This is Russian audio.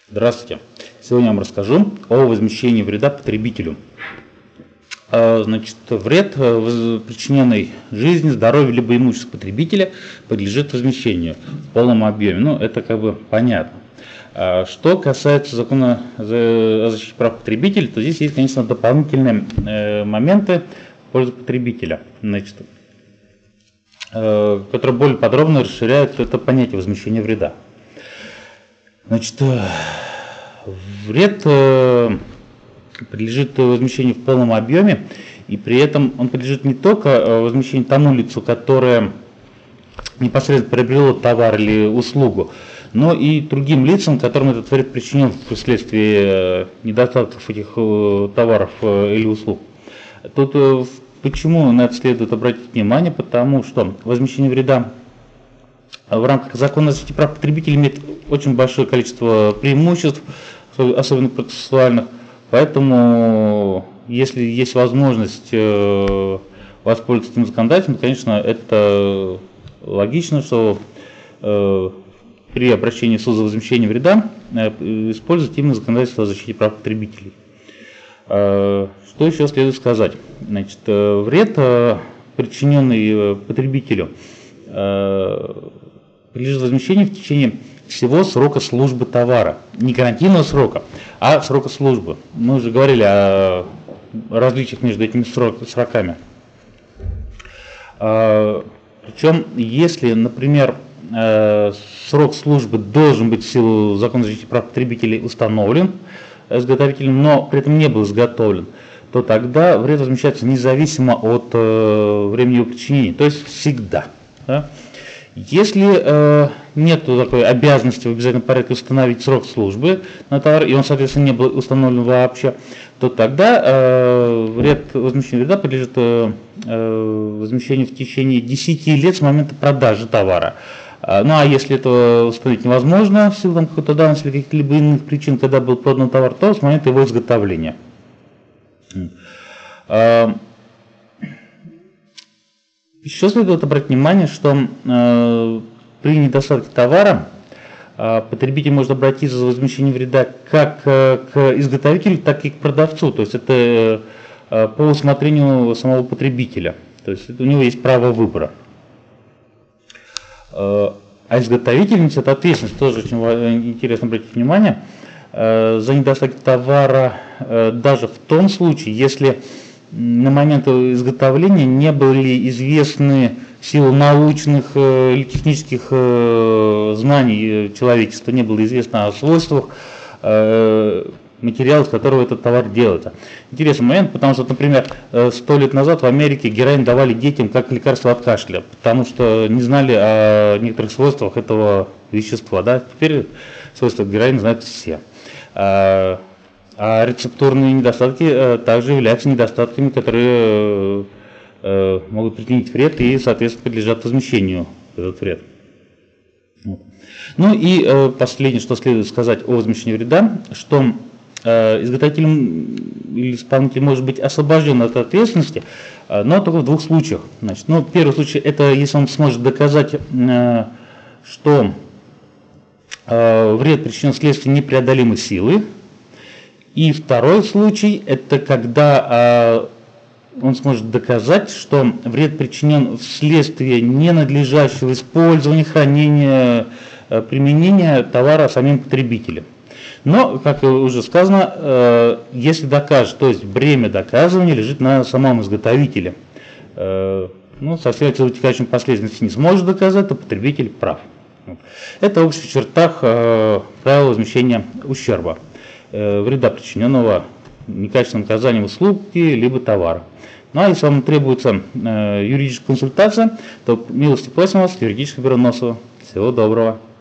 Здравствуйте! Сегодня я вам расскажу о возмещении вреда потребителю. Значит, вред, причиненный жизни, здоровью либо имуществу потребителя, подлежит возмещению в полном объеме. Ну, это как бы понятно. Что касается закона о защите прав потребителя, то здесь есть, конечно, дополнительные моменты в пользу потребителя, значит, которые более подробно расширяют это понятие возмещения вреда. Значит, вред подлежит возмещению в полном объеме, и при этом он подлежит не только возмещению тому лицу, которое непосредственно приобрело товар или услугу, но и другим лицам, которым этот вред причинен вследствие недостатков этих товаров или услуг. Тут почему на это следует обратить внимание? Потому что возмещение вреда в рамках закона о защите прав потребителей имеет очень большое количество преимуществ, особенно процессуальных. Поэтому, если есть возможность воспользоваться этим законодательством, то, конечно, это логично, что при обращении в суд за возмещение вреда использовать именно законодательство о защите прав потребителей. Что еще следует сказать? Значит, вред, причиненный потребителю, подлежит возмещению в течение всего срока службы товара. Не гарантийного срока, а срока службы. Мы уже говорили о различиях между этими сроками. Причем, если, например, срок службы должен быть в силу закона о защите прав потребителей установлен изготовителем, но при этом не был изготовлен, то тогда вред возмещается независимо от времени его причинения, то есть всегда. Да? Если нет такой обязанности в обязательном порядке установить срок службы на товар, и он, соответственно, не был установлен вообще, то тогда вред возмещения вреда подлежит возмещению в течение 10 лет с момента продажи товара. Ну а если это установить невозможно в силу какой-то давности или каких-либо иных причин, когда был продан товар, то с момента его изготовления. Еще следует обратить внимание, что при недостатке товара потребитель может обратиться за возмещением вреда как к изготовителю, так и к продавцу. То есть это по усмотрению самого потребителя. То есть у него есть право выбора. А изготовитель несет ответственность, тоже очень интересно обратить внимание, за недостаток товара даже в том случае, если на момент изготовления не были известны в силу научных или технических знаний человечества, не было известно о свойствах материала, из которого этот товар делается. Интересный момент, потому что, например, 100 лет назад в Америке героин давали детям как лекарство от кашля, потому что не знали о некоторых свойствах этого вещества. Да? Теперь свойства героина знают все. А рецептурные недостатки также являются недостатками, которые могут причинить вред и, соответственно, подлежат возмещению этот вред. Ну и последнее, что следует сказать о возмещении вреда, что изготовителем или исполнитель может быть освобожден от ответственности, но только в двух случаях. Значит, ну, первый случай – это если он сможет доказать, что вред причинен вследствие непреодолимой силы. И второй случай – это когда он сможет доказать, что вред причинен вследствие ненадлежащего использования, хранения, применения товара самим потребителем. Но, как уже сказано, если докажет, то есть бремя доказывания лежит на самом изготовителе, ну, со всеми вытекающими последствиями не сможет доказать, то потребитель прав. Это в общих чертах правила возмещения ущерба, вреда, причиненного некачественным оказанием услуги либо товара. Ну а если вам требуется юридическая консультация, то милости просим вас в юридическое бюро Носова. Всего доброго.